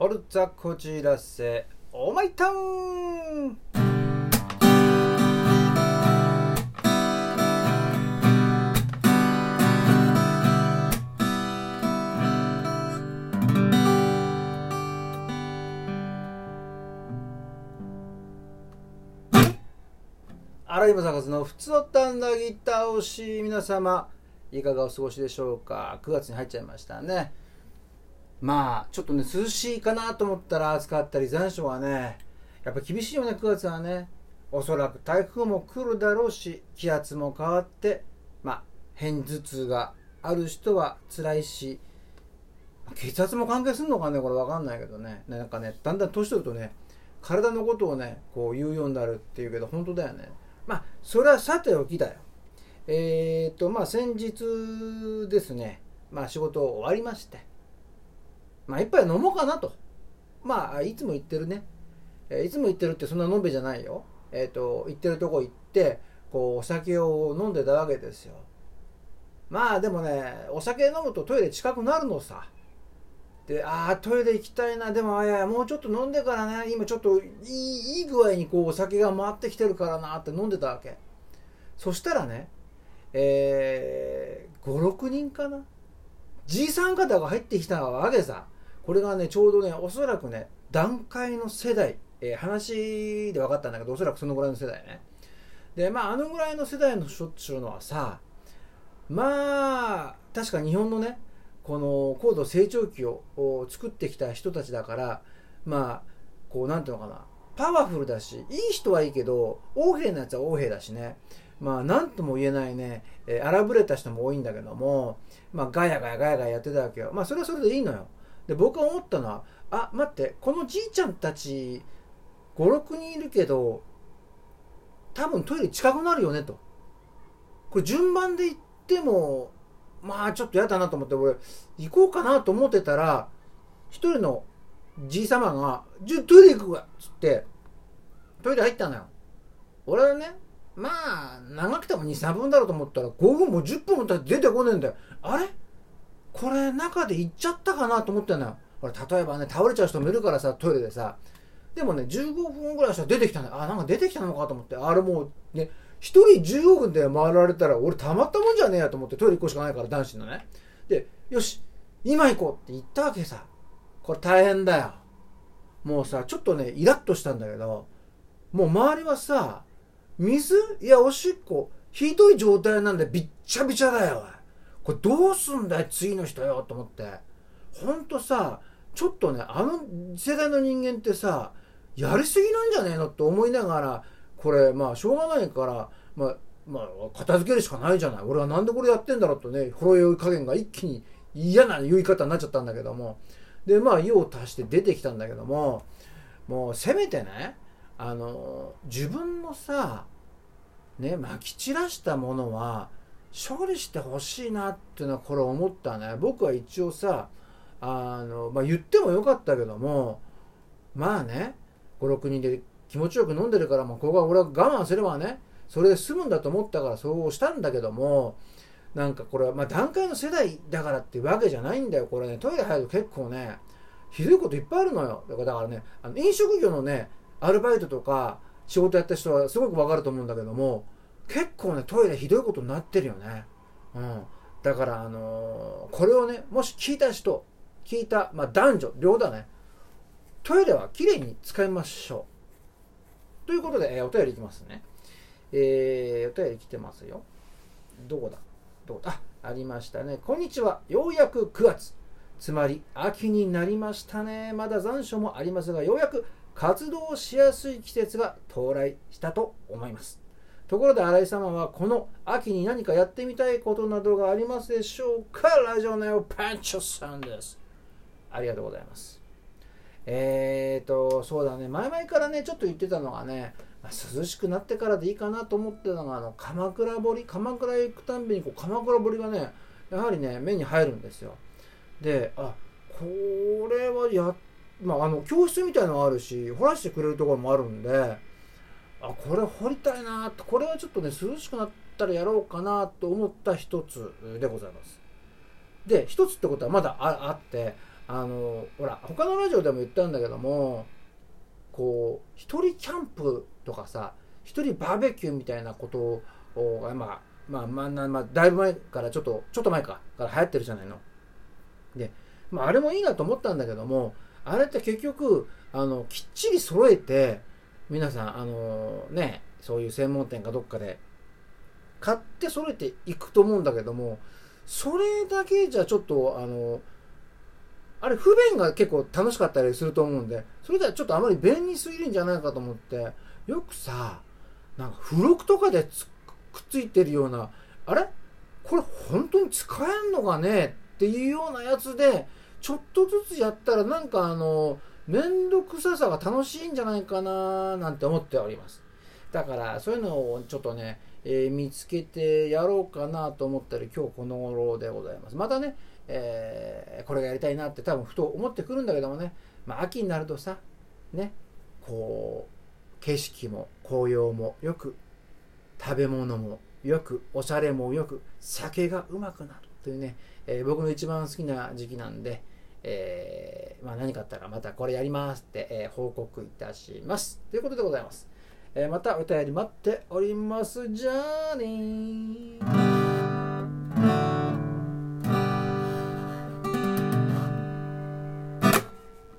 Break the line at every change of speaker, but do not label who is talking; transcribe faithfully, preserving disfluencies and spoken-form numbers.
オルザこじらせオーマイタウン。荒井正和のふつおたなぎ倒し。皆様いかがお過ごしでしょうか。くがつに入っちゃいましたね。まあちょっとね涼しいかなと思ったら暑かったり残暑がねやっぱ厳しいよね。くがつはね、おそらく台風も来るだろうし、気圧も変わってまあ片頭痛がある人は辛いし、血圧も関係するのかね、これ分かんないけどね、なんかねだんだん年取るとね体のことをねこう言うようになるっていうけど本当だよね。まあそれはさておきだよ。えー、っとまあ先日ですね、まあ仕事終わりまして、まあ一杯飲もうかなと。まあいつも言ってるね、えー、いつも言ってるってそんな飲んべじゃないよ。えー、っと行ってるとこ行ってこうお酒を飲んでたわけですよ。まあでもねお酒飲むとトイレ近くなるのさ。で、ああトイレ行きたいな、でもあやもうちょっと飲んでからね、今ちょっといい、いい具合にこうお酒が回ってきてるからなって飲んでたわけ。そしたらね、えー、ごろくにんかな、じいさん方が入ってきたわけさ。これがねちょうどねおそらくね団塊の世代、えー、話で分かったんだけど、おそらくそのぐらいの世代ね。でまああのぐらいの世代の人っていうのはさ、まあ確か日本のねこの高度成長期を作ってきた人たちだから、まあこうなんていうのかな、パワフルだし、いい人はいいけど横柄なやつは横柄だしね、まあなんとも言えないね、えー、荒ぶれた人も多いんだけども、まあガヤガヤガヤガヤやってたわけよ。まあそれはそれでいいのよ。で僕が思ったのは、あ待って、このじいちゃんたちごろくにんいるけど多分トイレ近くなるよねと。これ順番で行ってもまあちょっとやだなと思って、俺行こうかなと思ってたら、一人のじいさまが「じゃトイレ行くわ」っつってトイレ入ったのよ。俺はね、まあ長くてもにさんぷんだろうと思ったらごふんもじゅっぷんも経って出てこねえんだよ。あれこれ中で行っちゃったかなと思ってんのよ。俺例えばね倒れちゃう人もいるからさ、トイレでさ。でもねじゅうごふんぐらいしたら出てきたのよ。あなんか出てきたのかと思って、あれもうねひとりじゅうごふんで回られたら俺たまったもんじゃねえやと思って、トイレ行く個しかないから男子のね。でよし今行こうって言ったわけさ。これ大変だよ。もうさちょっとねイラッとしたんだけど、もう周りはさ水いやおしっこひどい状態なんでびっちゃびちゃだよ。これどうすんだよ次の人よと思って。ほんとさちょっとねあの世代の人間ってさやりすぎなんじゃねえのって思いながら、これまあしょうがないからまあまあ片付けるしかないじゃない。俺はなんでこれやってんだろうとね、ほろ酔い加減が一気に嫌な言い方になっちゃったんだけども、でまあ用を足して出てきたんだけども、もうせめてねあの自分のさねまき散らしたものは処理してほしいなっていうのはこれ思ったね。僕は一応さあの、まあ、言ってもよかったけども、まあねごろくにんで気持ちよく飲んでるから、もうここは俺は我慢すればねそれで済むんだと思ったからそうしたんだけども、なんかこれはまあ段階の世代だからっていうわけじゃないんだよ。これねトイレ入ると結構ねひどいこといっぱいあるのよ。だからだからねあの飲食業のねアルバイトとか仕事やった人はすごくわかると思うんだけども、結構ねトイレひどいことになってるよね。うん、だからあのー、これをねもし聞いた人聞いた、まあ、男女両だね、トイレはきれいに使いましょうということで、えー、お便りいきますね。えー、お便り来てますよ。どこだどこだ、あ、ありましたね。こんにちは。ようやくくがつ、つまり秋になりましたね。まだ残暑もありますが、ようやく活動しやすい季節が到来したと思います。ところで新井様はこの秋に何かやってみたいことなどがありますでしょうか。ラジオネオパンチョさんです。ありがとうございます。えーとそうだね、前々からねちょっと言ってたのがね、まあ、涼しくなってからでいいかなと思ってたのが、あの鎌倉堀、鎌倉行くたんびにこう鎌倉堀がねやはりね目に入るんですよ。で、あこれはや、まあ、あの教室みたいなのがあるし掘らせてくれるところもあるんで、あこれ掘りたいなと、これはちょっとね涼しくなったらやろうかなと思った一つでございます。で一つってことはまだ あ, あってあのほら他のラジオでも言ったんだけども、こう一人キャンプとかさ、一人バーベキューみたいなことをまあまあまあ、まあ、だいぶ前からちょっとちょっと前かから流行ってるじゃないの。で、まあ、あれもいいなと思ったんだけども、あれって結局あのきっちり揃えて皆さんあのね、そういう専門店かどっかで買って揃えていくと思うんだけども、それだけじゃちょっとあのあれ不便が結構楽しかったりすると思うんで、それではちょっとあまり便利すぎるんじゃないかと思って、よくさなんか付録とかでつくっついてるような、あれこれ本当に使えんのかねっていうようなやつでちょっとずつやったら、なんかあの面倒くささが楽しいんじゃないかななんて思っております。だからそういうのをちょっとね、えー、見つけてやろうかなと思ったり、今日この頃でございます。またね、えー、これがやりたいなって多分ふと思ってくるんだけどもね、まあ、秋になるとさね、こう景色も紅葉もよく、食べ物もよく、おしゃれもよく、酒がうまくなるというね、えー、僕の一番好きな時期なんで、えーまあ、何かあったらまたこれやりますって、えー、報告いたしますということでございます。えー、またお便り待っております。じゃあねー。